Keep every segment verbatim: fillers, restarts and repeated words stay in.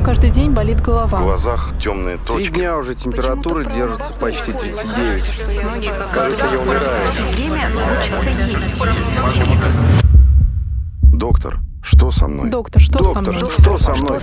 каждый день болит голова. В глазах темные точки. Три дня уже температура держится почти тридцать девять. Кажется, я умираю. Доктор, что со мной? Доктор, что со Доктор, мной? что со мной?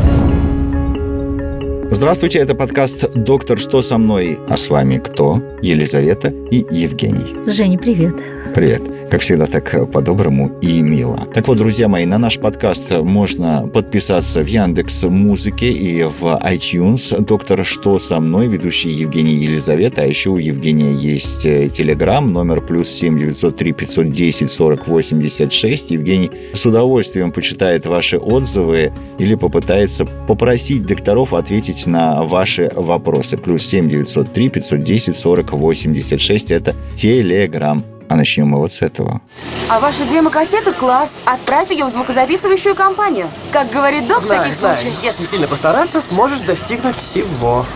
Здравствуйте, это подкаст «Доктор, что со мной?». А с вами кто? Елизавета и Евгений. Женя, привет. Привет. Как всегда, так по-доброму и мило. Так вот, друзья мои, на наш подкаст можно подписаться в Яндекс.Музыке и в iTunes. «Доктор, что со мной?», ведущий Евгений и Елизавета. А еще у Евгения есть Телеграм, номер плюс семь девятьсот три пятьсот десять сорок восемьдесят шесть. Евгений с удовольствием почитает ваши отзывы или попытается попросить докторов ответить на ваши вопросы. Плюс семь девятьсот три пятьсот десять сорок восемьдесят шесть. Это Телеграм. А начнем мы вот с этого. А ваша демо-кассета класс. Отправь ее в звукозаписывающую компанию. Как говорит док в таких знаю. случаях. Если сильно постараться, сможешь достигнуть всего.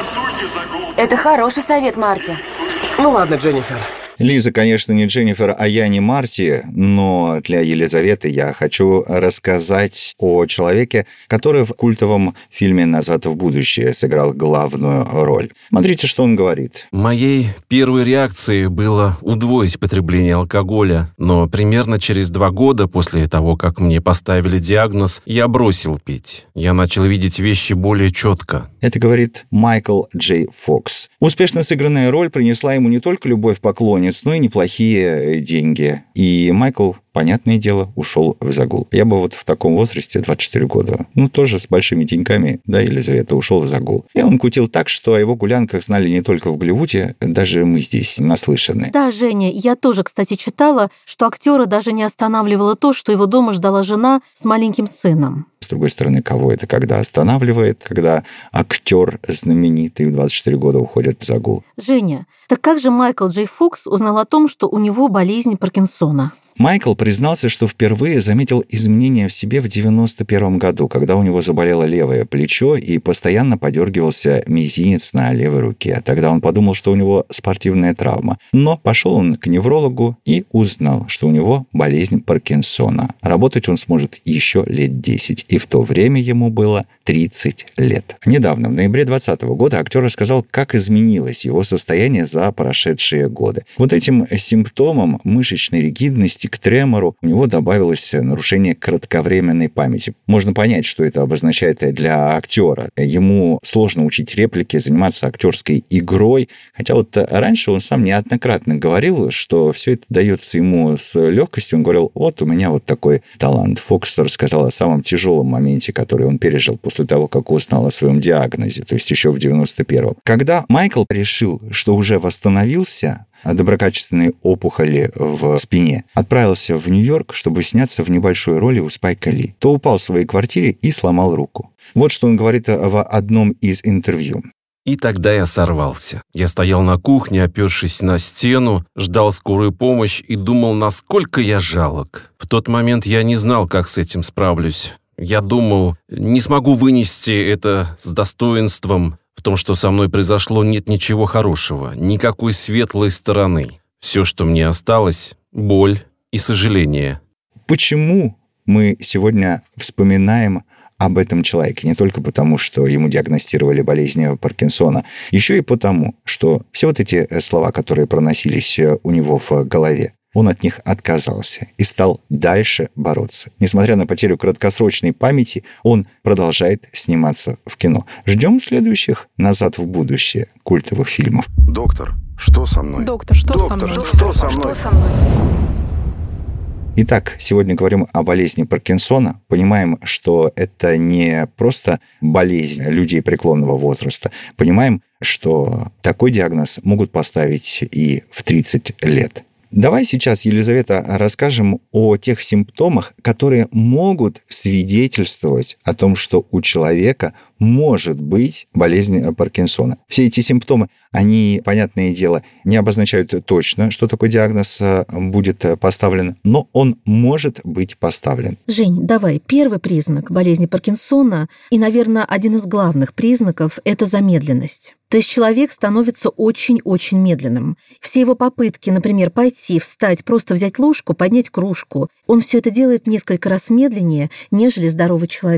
Это хороший совет, Марти. Ну ладно, Дженнифер. Лиза, конечно, не Дженнифер, а я не Марти, но для Елизаветы я хочу рассказать о человеке, который в культовом фильме «Назад в будущее» сыграл главную роль. Смотрите, что он говорит. Моей первой реакцией было удвоить потребление алкоголя, но примерно через два года после того, как мне поставили диагноз, я бросил пить. Я начал видеть вещи более четко. Это говорит Майкл Джей Фокс. Успешно сыгранная роль принесла ему не только любовь поклонниц, но и неплохие деньги. И Майкл, понятное дело, ушел в загул. Я бы вот в таком возрасте, двадцать четыре года, ну, тоже с большими деньгами, да, Елизавета, ушел в загул. И он кутил так, что о его гулянках знали не только в Голливуде, даже мы здесь наслышаны. Да, Женя, я тоже, кстати, читала, что актера даже не останавливало то, что его дома ждала жена с маленьким сыном. С другой стороны, кого это когда останавливает, когда актер знаменитый в двадцать четыре года уходит в загул? Женя, так как же Майкл Джей Фокс узнал о том, что у него болезнь Паркинсона? Майкл признался, что впервые заметил изменения в себе в девяносто первом году, когда у него заболело левое плечо и постоянно подергивался мизинец на левой руке. Тогда он подумал, что у него спортивная травма. Но пошел он к неврологу и узнал, что у него болезнь Паркинсона. Работать он сможет еще лет десять, и в то время ему было тридцать лет. Недавно, в ноябре двадцатого года, актер рассказал, как изменилось его состояние за прошедшие годы. Вот этим симптомам мышечной ригидности, к тремору, у него добавилось нарушение кратковременной памяти. Можно понять, что это обозначает для актера. Ему сложно учить реплики, заниматься актерской игрой. Хотя вот раньше он сам неоднократно говорил, что все это дается ему с легкостью. Он говорил, вот у меня вот такой талант. Фокс рассказал о самом тяжелом моменте, который он пережил после того, как узнал о своем диагнозе, то есть еще в девяносто первом. Когда Майкл решил, что уже восстановился от доброкачественной опухоли в спине, отправился в Нью-Йорк, чтобы сняться в небольшой роли у Спайка Ли, то упал в своей квартире и сломал руку. Вот что он говорит в одном из интервью. И тогда я сорвался. Я стоял на кухне, опершись на стену, ждал скорую помощь и думал, насколько я жалок. В тот момент я не знал, как с этим справлюсь. Я думал, не смогу вынести это с достоинством. В том, что со мной произошло, нет ничего хорошего, никакой светлой стороны. Все, что мне осталось – боль и сожаление. Почему мы сегодня вспоминаем об этом человеке? Не только потому, что ему диагностировали болезнь Паркинсона, еще и потому, что все вот эти слова, которые проносились у него в голове, он от них отказался и стал дальше бороться. Несмотря на потерю краткосрочной памяти, он продолжает сниматься в кино. Ждем следующих «Назад в будущее» культовых фильмов. Доктор, что со мной? Доктор, что Доктор, со мной? что со мной? Что со мной? Итак, сегодня говорим о болезни Паркинсона. Понимаем, что это не просто болезнь людей преклонного возраста. Понимаем, что такой диагноз могут поставить и в тридцать лет. Давай сейчас, Елизавета, расскажем о тех симптомах, которые могут свидетельствовать о том, что у человека может быть болезнь Паркинсона. Все эти симптомы, они, понятное дело, не обозначают точно, что такой диагноз будет поставлен, но он может быть поставлен. Жень, давай, первый признак болезни Паркинсона и, наверное, один из главных признаков – это замедленность. То есть человек становится очень-очень медленным. Все его попытки, например, пойти, встать, просто взять ложку, поднять кружку, он все это делает несколько раз медленнее, нежели здоровый человек.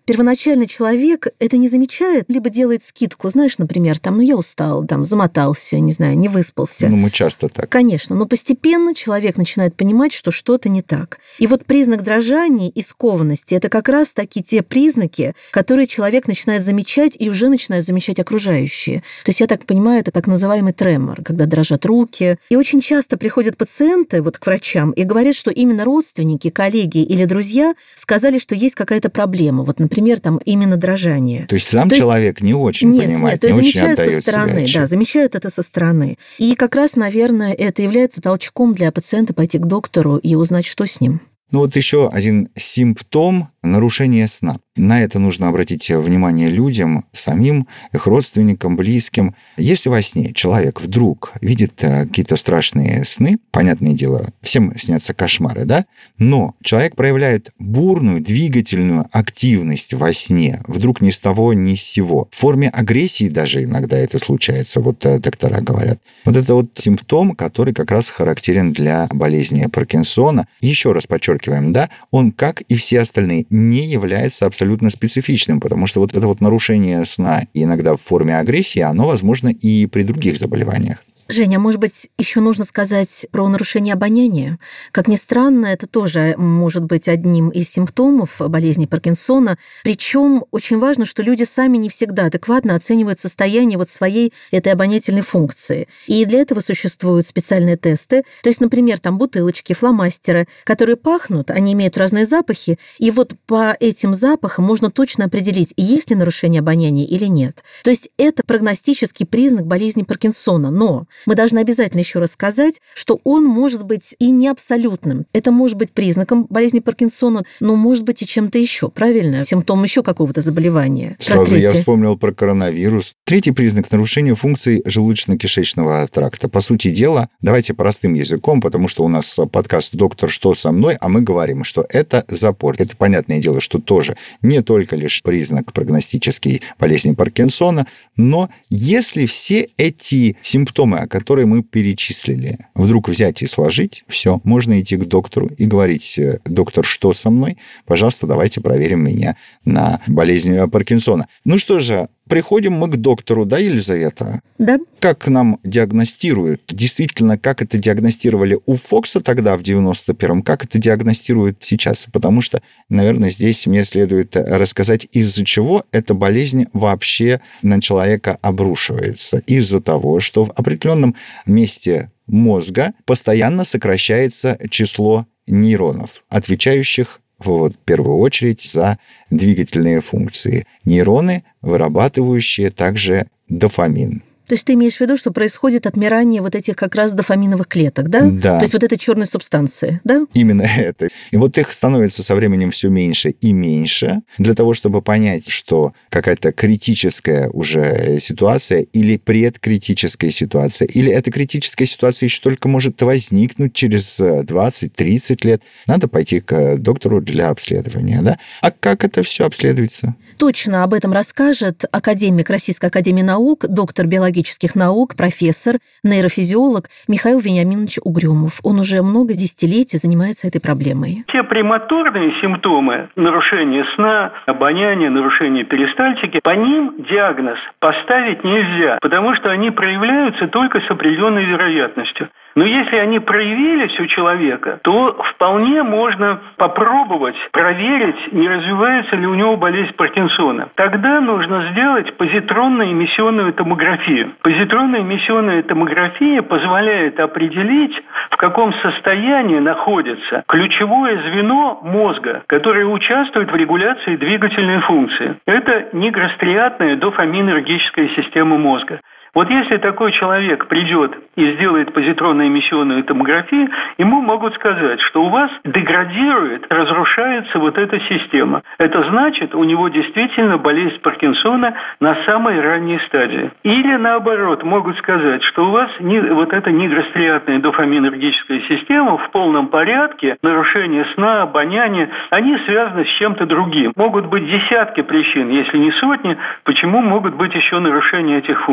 первоначально человек это не замечает, либо делает скидку, знаешь, например, там, ну, я устал, там, замотался, не знаю, не выспался. Ну, мы часто так. Конечно, но постепенно человек начинает понимать, что что-то не так. И вот признак дрожания и скованности – это как раз-таки те признаки, которые человек начинает замечать и уже начинают замечать окружающие. То есть, я так понимаю, это так называемый тремор, когда дрожат руки. И очень часто приходят пациенты вот к врачам и говорят, что именно родственники, коллеги или друзья сказали, что есть какая-то проблема. Вот, например, там именно дрожание. То есть сам то человек есть... не очень нет, понимает, нет, то есть не очень замечают со отдает стороны, себе да, замечают это со стороны. И как раз, наверное, это является толчком для пациента пойти к доктору и узнать, что с ним. Ну вот еще один симптом нарушения сна. На это нужно обратить внимание людям, самим, их родственникам, близким. Если во сне человек вдруг видит какие-то страшные сны, понятное дело, всем снятся кошмары, да? Но человек проявляет бурную двигательную активность во сне, вдруг ни с того, ни с сего. В форме агрессии даже иногда это случается, вот доктора говорят. Вот это вот симптом, который как раз характерен для болезни Паркинсона. Еще раз подчеркиваем, да, он, как и все остальные, не является абсолютно специфичным, потому что вот это вот нарушение сна, иногда в форме агрессии, оно возможно и при других заболеваниях. Женя, может быть, еще нужно сказать про нарушение обоняния? Как ни странно, это тоже может быть одним из симптомов болезни Паркинсона. Причем очень важно, что люди сами не всегда адекватно оценивают состояние вот своей этой обонятельной функции. И для этого существуют специальные тесты. То есть, например, там бутылочки, фломастеры, которые пахнут, они имеют разные запахи, и вот по этим запахам можно точно определить, есть ли нарушение обоняния или нет. То есть это прогностический признак болезни Паркинсона. Но мы должны обязательно еще раз сказать, что он может быть и не абсолютным. Это может быть признаком болезни Паркинсона, но может быть и чем-то еще, правильно? Симптом еще какого-то заболевания. Сразу я вспомнил про коронавирус. Третий признак нарушения функций желудочно-кишечного тракта. По сути дела, давайте простым языком, потому что у нас подкаст «Доктор, что со мной?», а мы говорим, что это запор. Это понятное дело, что тоже не только лишь признак прогностический болезни Паркинсона, но если все эти симптомы, которые мы перечислили, вдруг взять и сложить, все, можно идти к доктору и говорить: доктор, что со мной? Пожалуйста, давайте проверим меня на болезнь Паркинсона. Ну что же, приходим мы к доктору, да, Елизавета? Да. Как нам диагностируют? Действительно, как это диагностировали у Фокса тогда, в девяносто первом, как это диагностируют сейчас? Потому что, наверное, здесь мне следует рассказать, из-за чего эта болезнь вообще на человека обрушивается. Из-за того, что в определенном месте мозга постоянно сокращается число нейронов, отвечающих вот, в первую очередь за двигательные функции. Нейроны, вырабатывающие также дофамин. То есть ты имеешь в виду, что происходит отмирание вот этих как раз дофаминовых клеток, да? Да. То есть вот этой черной субстанции, да? Именно это. И вот их становится со временем все меньше и меньше. Для того, чтобы понять, что какая-то критическая уже ситуация или предкритическая ситуация, или эта критическая ситуация еще только может возникнуть через двадцать-тридцать лет, надо пойти к доктору для обследования, да? А как это все обследуется? Точно об этом расскажет академик Российской академии наук, доктор биологии наук, профессор, нейрофизиолог Михаил Вениаминович Угрюмов. Он уже много десятилетий занимается этой проблемой. Те премоторные симптомы нарушения сна, обоняния, нарушения перистальтики, по ним диагноз поставить нельзя, потому что они проявляются только с определенной вероятностью. Но если они проявились у человека, то вполне можно попробовать проверить, не развивается ли у него болезнь Паркинсона. Тогда нужно сделать позитронно-эмиссионную томографию. Позитронная эмиссионная томография позволяет определить, в каком состоянии находится ключевое звено мозга, которое участвует в регуляции двигательной функции. Это нигростриатная дофаминергическая система мозга. Вот если такой человек придет и сделает позитронно-эмиссионную томографию, ему могут сказать, что у вас деградирует, разрушается вот эта система. Это значит, у него действительно болезнь Паркинсона на самой ранней стадии. Или наоборот, могут сказать, что у вас не, вот эта нигростриатная дофаминергическая система в полном порядке, нарушение сна, обоняния, они связаны с чем-то другим. Могут быть десятки причин, если не сотни, почему могут быть еще нарушения этих функций. Но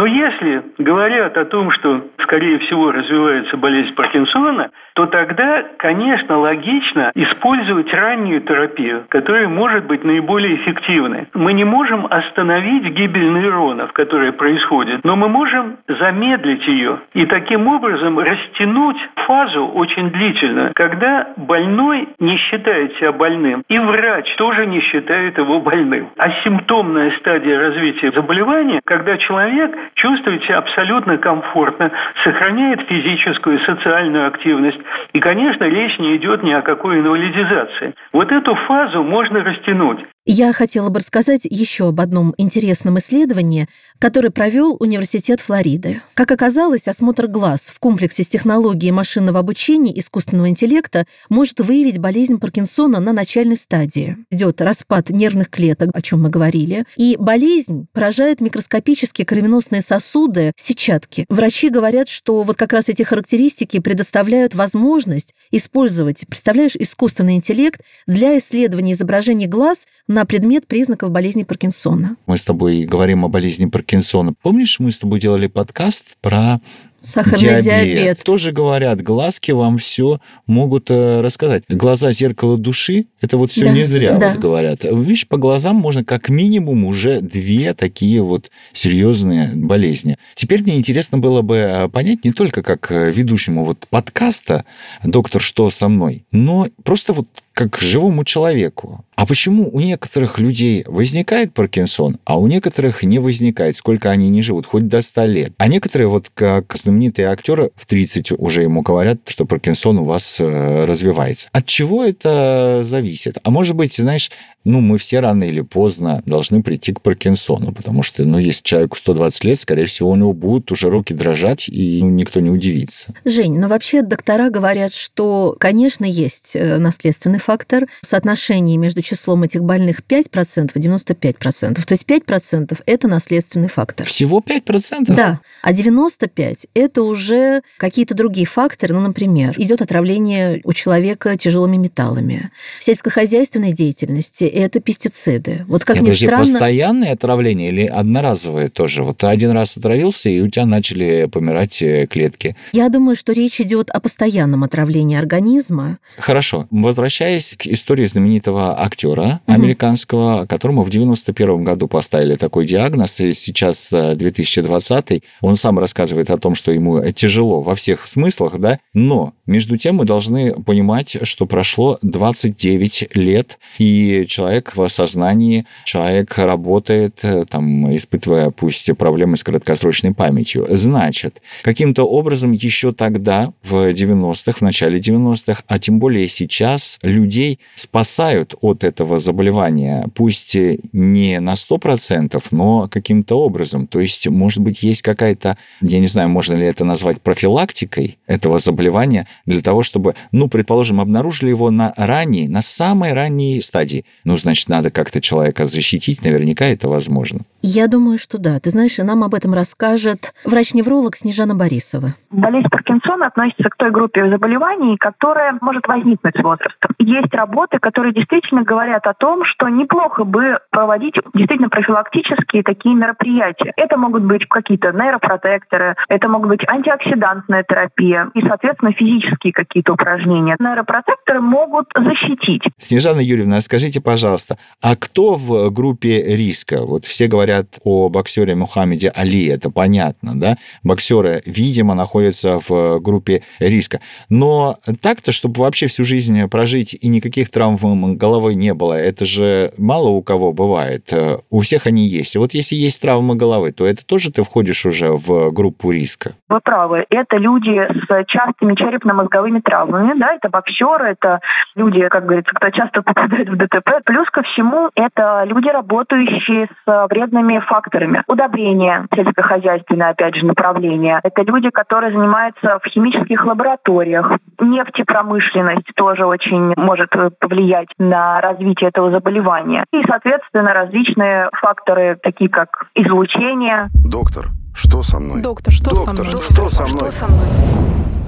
если говорят о том, что, скорее всего, развивается болезнь Паркинсона, то тогда, конечно, логично использовать раннюю терапию, которая может быть наиболее эффективной. Мы не можем остановить гибель нейронов, которая происходит, но мы можем замедлить ее и таким образом растянуть фазу очень длительную, когда больной не считает себя больным, и врач тоже не считает его больным. Асимптомная стадия развития заболевания, когда человек чувствует себя абсолютно комфортно, сохраняет физическую и социальную активность. И, конечно, речь не идет ни о какой инвалидизации. Вот эту фазу можно растянуть. Я хотела бы рассказать еще об одном интересном исследовании, которое провел Университет Флориды. Как оказалось, осмотр глаз в комплексе с технологией машинного обучения искусственного интеллекта может выявить болезнь Паркинсона на начальной стадии. Идет распад нервных клеток, о чем мы говорили, и болезнь поражает микроскопические кровеносные сосуды, сетчатки. Врачи говорят, что вот как раз эти характеристики предоставляют возможность использовать, представляешь, искусственный интеллект для исследования изображений глаз на предмет признаков болезни Паркинсона. Мы с тобой говорим о болезни Паркинсона. Помнишь, мы с тобой делали подкаст про сахарный диабет. диабет. Тоже говорят, глазки вам все могут э, рассказать. Глаза — зеркало души. Это вот все да, не зря да. вот говорят. Видишь, по глазам можно как минимум уже две такие вот серьезные болезни. Теперь мне интересно было бы понять не только как ведущему вот подкаста «Доктор, что со мной?», но просто вот как живому человеку. А почему у некоторых людей возникает Паркинсон, а у некоторых не возникает, сколько они не живут, хоть до ста лет? А некоторые, вот как знаменитые актеры, в тридцать уже ему говорят, что Паркинсон у вас развивается. От чего это зависит? А может быть, знаешь, ну, мы все рано или поздно должны прийти к Паркинсону, потому что, ну, если человеку сто двадцать лет, скорее всего, у него будут уже руки дрожать, и ну, никто не удивится. Жень, ну, вообще доктора говорят, что, конечно, есть наследственный фактор. Соотношение между числом этих больных пять процентов и девяносто пять процентов. То есть пять процентов – это наследственный фактор. Всего пять процентов? Да. А девяносто пять процентов – это уже какие-то другие факторы. Ну, например, идет отравление у человека тяжелыми металлами. В сельскохозяйственной деятельности – это пестициды. Вот как Нет, ни подожди, странно... постоянное отравление или одноразовое тоже? Вот один раз отравился, и у тебя начали помирать клетки. Я думаю, что речь идет о постоянном отравлении организма. Хорошо. Возвращаясь к истории знаменитого актера американского, которому в девяносто первом году поставили такой диагноз, и сейчас две тысячи двадцатый, он сам рассказывает о том, что ему тяжело во всех смыслах, да, но между тем мы должны понимать, что прошло двадцать девять лет, и человек в сознании, человек работает, там, испытывая, пусть, проблемы с краткосрочной памятью. Значит, каким-то образом еще тогда, в девяностых, в начале девяностых, а тем более сейчас, людей спасают от этого заболевания, пусть не на сто процентов, но каким-то образом. То есть, может быть, есть какая-то, я не знаю, можно ли это назвать профилактикой этого заболевания, для того, чтобы, ну, предположим, обнаружили его на ранней, на самой ранней стадии. Ну, значит, надо как-то человека защитить, наверняка это возможно. Я думаю, что да. Ты знаешь, нам об этом расскажет врач-невролог Снежана Борисова. Болезнь Паркинсона относится к той группе заболеваний, которая может возникнуть с возрастом. Есть работы, которые действительно говорят о том, что неплохо бы проводить действительно профилактические такие мероприятия. Это могут быть какие-то нейропротекторы, это могут быть антиоксидантная терапия и, соответственно, физические какие-то упражнения. Нейропротекторы могут защитить. Снежана Юрьевна, скажите, пожалуйста, а кто в группе риска? Вот все говорят о боксере Мухаммеде Али, это понятно, да? Боксеры, видимо, находятся в группе риска. Но так-то, чтобы вообще всю жизнь прожить и никаких травм головы не было, это же мало у кого бывает. У всех они есть. И вот если есть травма головы, то это тоже ты входишь уже в группу риска? Вы правы. Это люди с частыми черепно-мозговыми травмами, да, это боксеры, это люди, как говорится, кто часто попадает в ДТП. Плюс ко всему, это люди, работающие с вредными факторами. Удобрения, сельскохозяйственное, опять же, направление. Это люди, которые занимаются в химических лабораториях. Нефтепромышленность тоже очень может повлиять на развитие этого заболевания. И, соответственно, различные факторы, такие как излучение. Доктор, что со мной? Доктор, что Доктор, со мной? Что со мной? Что со мной?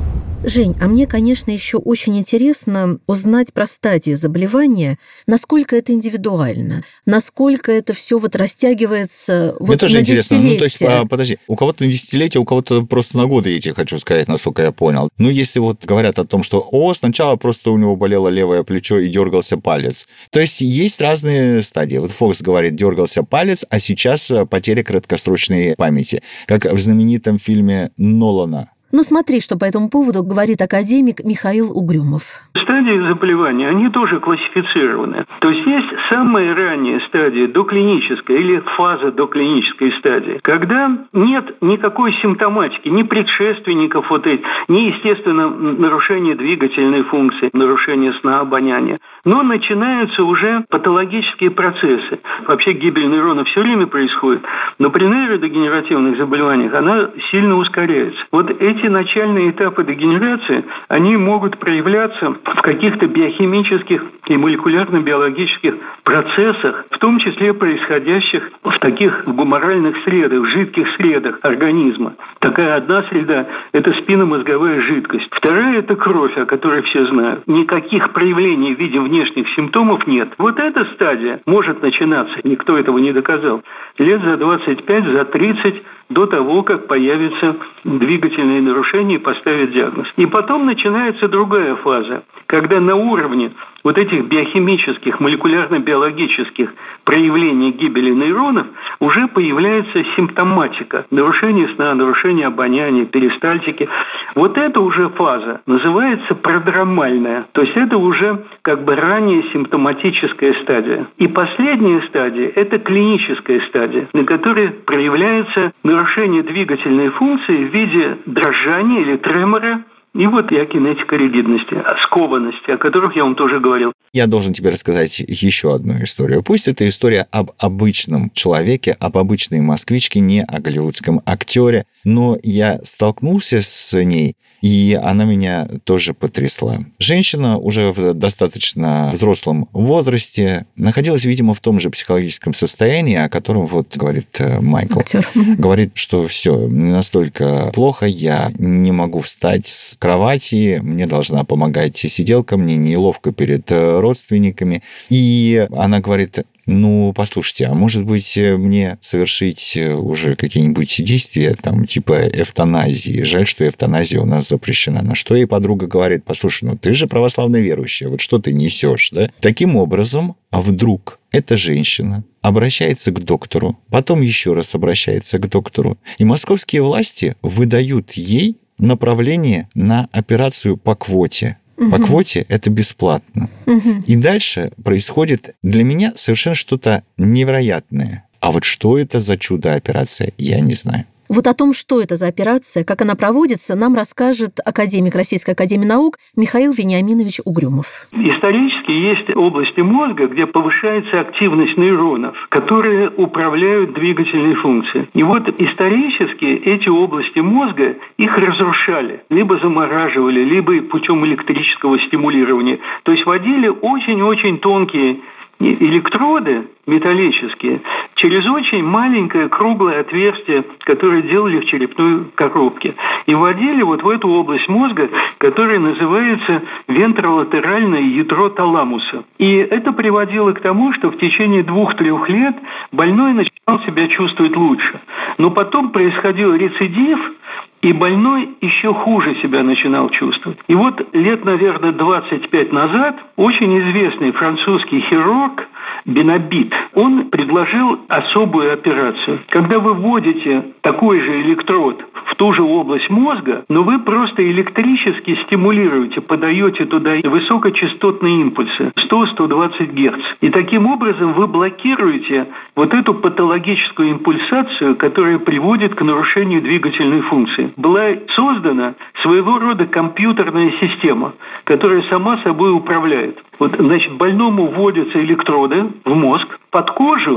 Жень, а мне, конечно, еще очень интересно узнать про стадии заболевания, насколько это индивидуально, насколько это все вот растягивается вот мне тоже на интересно. десятилетия. Ну, то есть, а, подожди, у кого-то на десятилетия, у кого-то просто на годы, я тебе хочу сказать, насколько я понял. Ну, если вот говорят о том, что, о, сначала просто у него болело левое плечо и дергался палец. То есть, есть разные стадии. Вот Фокс говорит, дергался палец, а сейчас потеря краткосрочной памяти. Как в знаменитом фильме Нолана. Ну, смотри, что по этому поводу говорит академик Михаил Угрюмов. Стадии заболевания, они тоже классифицированы. То есть есть самая ранняя стадия, доклиническая или фаза доклинической стадии, когда нет никакой симптоматики, ни предшественников вот этих, ни, естественно, нарушения двигательной функции, нарушения сна, обоняния. Но начинаются уже патологические процессы. Вообще гибель нейронов все время происходит, но при нейродегенеративных заболеваниях она сильно ускоряется. Вот эти начальные этапы дегенерации, они могут проявляться в каких-то биохимических и молекулярно-биологических процессах, в том числе происходящих в таких гуморальных средах, в жидких средах организма. Такая одна среда – это спинномозговая жидкость. Вторая – это кровь, о которой все знают. Никаких проявлений в виде внешних симптомов нет. Вот эта стадия может начинаться, никто этого не доказал, лет за двадцать пять, за тридцать до того, как появятся двигательные нарушения и поставят диагноз. И потом начинается другая фаза, когда на уровне вот этих биохимических, молекулярно-биологических проявлений гибели нейронов уже появляется симптоматика, нарушение сна, нарушение обоняния, перистальтики. Вот эта уже фаза называется продромальная, то есть это уже как бы ранняя симптоматическая стадия. И последняя стадия – это клиническая стадия, на которой проявляется нарушение двигательной функции в виде дрожания или тремора, и вот и акинетика ригидности, скованности, о которых я вам тоже говорил. Я должен тебе рассказать еще одну историю. Пусть это история об обычном человеке, об обычной москвичке, не о голливудском актере, но я столкнулся с ней, и она меня тоже потрясла. Женщина уже в достаточно взрослом возрасте находилась, видимо, в том же психологическом состоянии, о котором вот говорит Майкл. Актер. Говорит, что все настолько плохо, я не могу встать с кровати, мне должна помогать сиделка, мне неловко перед родственниками. И она говорит: ну, послушайте, а может быть, мне совершить уже какие-нибудь действия, там, типа эвтаназии? Жаль, что эвтаназия у нас запрещена. На что ей подруга говорит: послушай, ну ты же православная верующая, вот что ты несешь, да? Таким образом, а вдруг эта женщина обращается к доктору, потом еще раз обращается к доктору, и московские власти выдают ей направление на операцию по квоте. По квоте это бесплатно. И дальше происходит для меня совершенно что-то невероятное. А вот что это за чудо-операция, я не знаю. Вот о том, что это за операция, как она проводится, нам расскажет академик Российской академии наук Михаил Вениаминович Угрюмов. Исторически есть области мозга, где повышается активность нейронов, которые управляют двигательной функцией. И вот исторически эти области мозга, их разрушали, либо замораживали, либо путем электрического стимулирования. То есть вводили очень-очень тонкие электроды металлические через очень маленькое круглое отверстие, которое делали в черепной коробке, и вводили вот в эту область мозга, которая называется вентролатеральное ядро таламуса. И это приводило к тому, что в течение двух-трех лет больной начинал себя чувствовать лучше. Но потом происходил рецидив, и больной еще хуже себя начинал чувствовать. И вот лет, наверное, двадцать пять назад очень известный французский хирург Бенабит, он предложил особую операцию. Когда вы вводите такой же электрод в ту же область мозга, но вы просто электрически стимулируете, подаете туда высокочастотные импульсы сто - сто двадцать герц. И таким образом вы блокируете вот эту патологическую импульсацию, которая приводит к нарушению двигательной функции. Была создана своего рода компьютерная система, которая сама собой управляет. Вот, значит, больному вводятся электроды в мозг, под кожу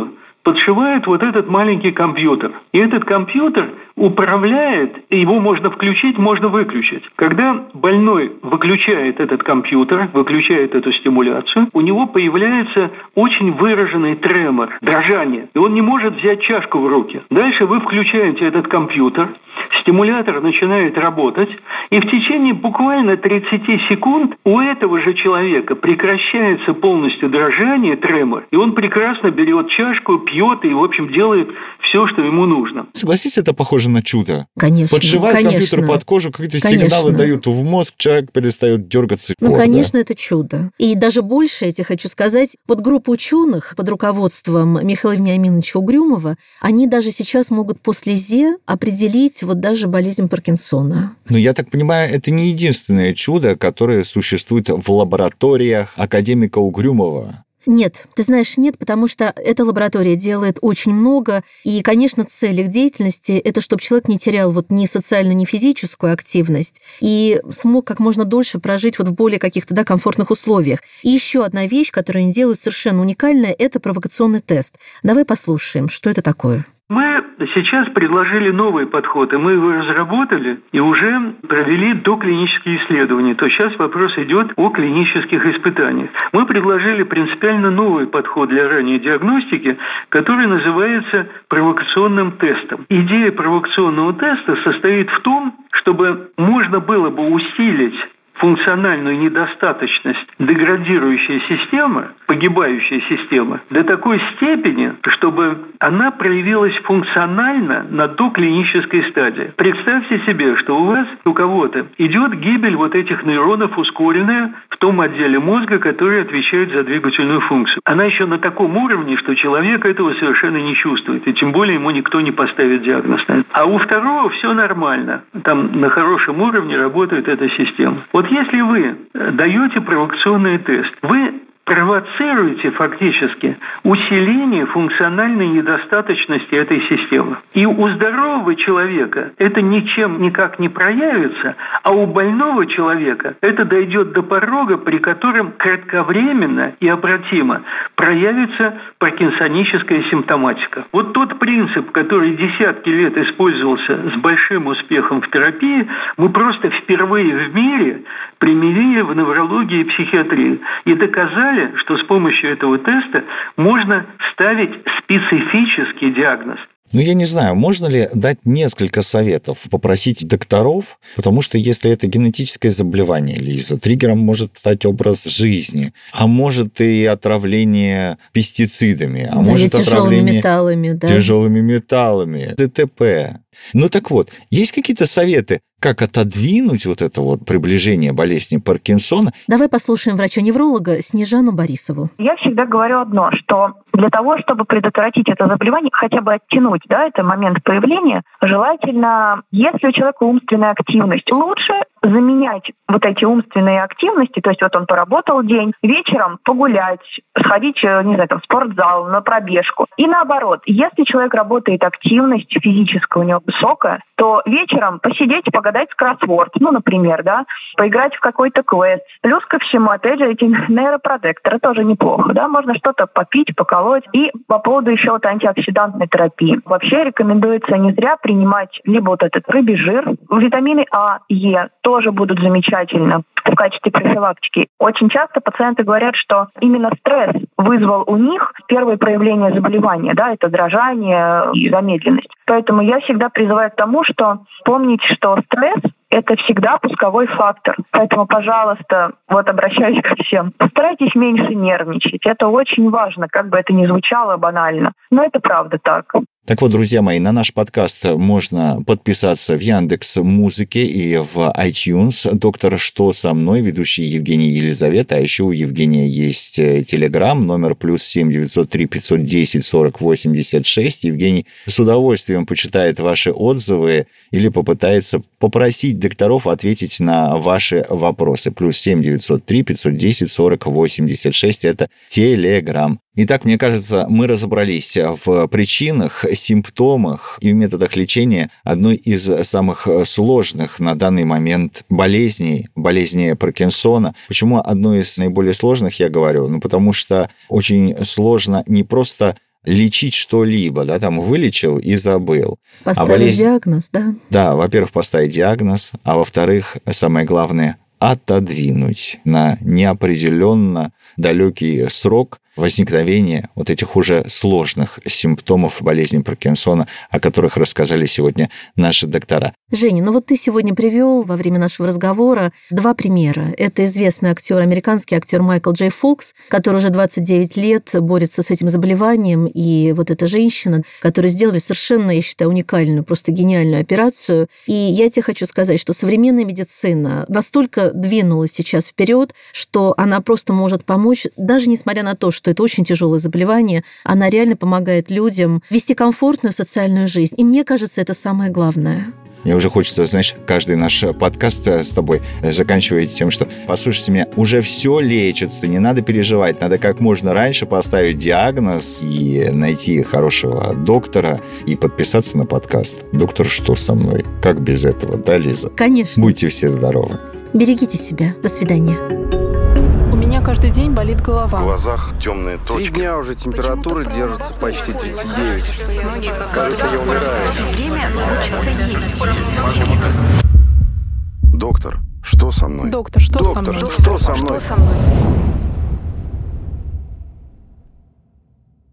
подшивают вот этот маленький компьютер. И этот компьютер управляет, его можно включить, можно выключить. Когда больной выключает этот компьютер, выключает эту стимуляцию, у него появляется очень выраженный тремор, дрожание. И он не может взять чашку в руки. Дальше вы включаете этот компьютер, стимулятор начинает работать, и в течение буквально тридцать секунд у этого же человека прекращается полностью дрожание, тремор, и он прекрасно берет чашку, пьет и, в общем, делает все, что ему нужно. Согласись, это похоже на чудо. Конечно. Подшивают конечно. компьютер под кожу, какие-то конечно. сигналы дают в мозг, человек перестает дергаться. Ну, Кор, конечно, да? это чудо. И даже больше, я тебе хочу сказать, вот группа ученых под руководством Михаила Вениаминовича Угрюмова, они даже сейчас могут после ЗЕ определить вот даже болезнь Паркинсона. Но я так понимаю, это не единственное чудо, которое существует в лабораториях академика Угрюмова. Нет, ты знаешь, нет, потому что эта лаборатория делает очень много, и, конечно, цель их деятельности – это чтобы человек не терял вот ни социальную, ни физическую активность и смог как можно дольше прожить вот в более каких-то, да, комфортных условиях. И еще одна вещь, которую они делают совершенно уникальная – это провокационный тест. Давай послушаем, что это такое. Мы сейчас предложили новый подход, и мы его разработали и уже провели доклинические исследования. То сейчас вопрос идет о клинических испытаниях. Мы предложили принципиально новый подход для ранней диагностики, который называется провокационным тестом. Идея провокационного теста состоит в том, чтобы можно было бы усилить функциональную недостаточность деградирующей системы, погибающей системы, до такой степени, чтобы она проявилась функционально на доклинической стадии. Представьте себе, что у вас, у кого-то, идет гибель вот этих нейронов ускоренная в том отделе мозга, который отвечает за двигательную функцию. Она еще на таком уровне, что человек этого совершенно не чувствует, и тем более ему никто не поставит диагноз. А у второго все нормально. Там на хорошем уровне работает эта система. Вот если вы даете провокационный тест, вы провоцируете фактически усиление функциональной недостаточности этой системы. И у здорового человека это ничем никак не проявится, а у больного человека это дойдет до порога, при котором кратковременно и обратимо проявится паркинсоническая симптоматика. Вот тот принцип, который десятки лет использовался с большим успехом в терапии, мы просто впервые в мире применили в неврологии и психиатрии и доказали, что с помощью этого теста можно ставить специфический диагноз. Ну, я не знаю, можно ли дать несколько советов, попросить докторов, потому что если это генетическое заболевание, Лиза, триггером может стать образ жизни, а может и отравление пестицидами, а да, может тяжелыми отравление металлами, да. тяжелыми металлами, ДТП. Ну так вот, есть какие-то советы, как отодвинуть вот это вот приближение болезни Паркинсона? Давай послушаем врача-невролога Снежану Борисову. Я всегда говорю одно, что для того, чтобы предотвратить это заболевание, хотя бы оттянуть, да, это момент появления, желательно, если у человека умственная активность, лучше заменять вот эти умственные активности, то есть вот он поработал день, вечером погулять, сходить, не знаю, там, в спортзал, на пробежку. И наоборот, если человек работает, активность физическая у него высокая, то вечером посидеть, погадать в кроссворд, ну, например, да, поиграть в какой-то квест. Плюс ко всему, опять же, эти нейропротекторы тоже неплохо, да, можно что-то попить, поколоть. И по поводу еще вот антиоксидантной терапии. Вообще рекомендуется не зря принимать либо вот этот рыбий жир, витамины А, Е тоже будут замечательно в качестве профилактики. Очень часто пациенты говорят, что именно стресс вызвал у них первые проявления заболевания, да, это дрожание и замедленность. Поэтому я всегда призываю к тому, что помнить, что стресс – это всегда пусковой фактор. Поэтому, пожалуйста, вот обращаюсь ко всем, постарайтесь меньше нервничать. Это очень важно, как бы это ни звучало банально. Но это правда так. Так вот, друзья мои, на наш подкаст можно подписаться в Яндекс.Музыке и в iTunes. Доктор «Что со мной?» ведущий Евгений и Елизавета. А еще у Евгения есть Телеграм, номер плюс семь девятьсот три пятьсот десять сорок восемьдесят шесть. Евгений с удовольствием почитает ваши отзывы или попытается попросить докторов ответить на ваши вопросы. Плюс семь девятьсот три пятьсот десять сорок восемьдесят шесть. Это Телеграм. Итак, мне кажется, мы разобрались в причинах, симптомах и в методах лечения одной из самых сложных на данный момент болезней, болезни Паркинсона. Почему одной из наиболее сложных, я говорю? Ну, потому что очень сложно не просто лечить что-либо, да, там вылечил и забыл. Поставить а болезнь... диагноз, да? Да, во-первых, поставить диагноз, а во-вторых, самое главное, отодвинуть на неопределенно далекий срок возникновения вот этих уже сложных симптомов болезни Паркинсона, о которых рассказали сегодня наши доктора. Женя, ну вот ты сегодня привел во время нашего разговора два примера. Это известный актер, американский актер Майкл Джей Фокс, который уже двадцать девять лет борется с этим заболеванием, и вот эта женщина, которые сделали совершенно, я считаю, уникальную, просто гениальную операцию. И я тебе хочу сказать, что современная медицина настолько двинулась сейчас вперед, что она просто может помочь, даже несмотря на то, что это очень тяжелое заболевание, она реально помогает людям вести комфортную социальную жизнь. И мне кажется, это самое главное. Мне уже хочется, знаешь, каждый наш подкаст с тобой заканчивает тем, что, послушайте меня, уже все лечится, не надо переживать, надо как можно раньше поставить диагноз и найти хорошего доктора и подписаться на подкаст. Доктор, что со мной? Как без этого, да, Лиза? Конечно. Будьте все здоровы. Берегите себя. До свидания. У меня каждый день болит голова. В глазах темные точки. Три дня уже температура держится почти тридцать девять. Кажется, я умираю. Доктор, что со мной? Доктор, что Доктор, со мной? что со мной? Что со мной?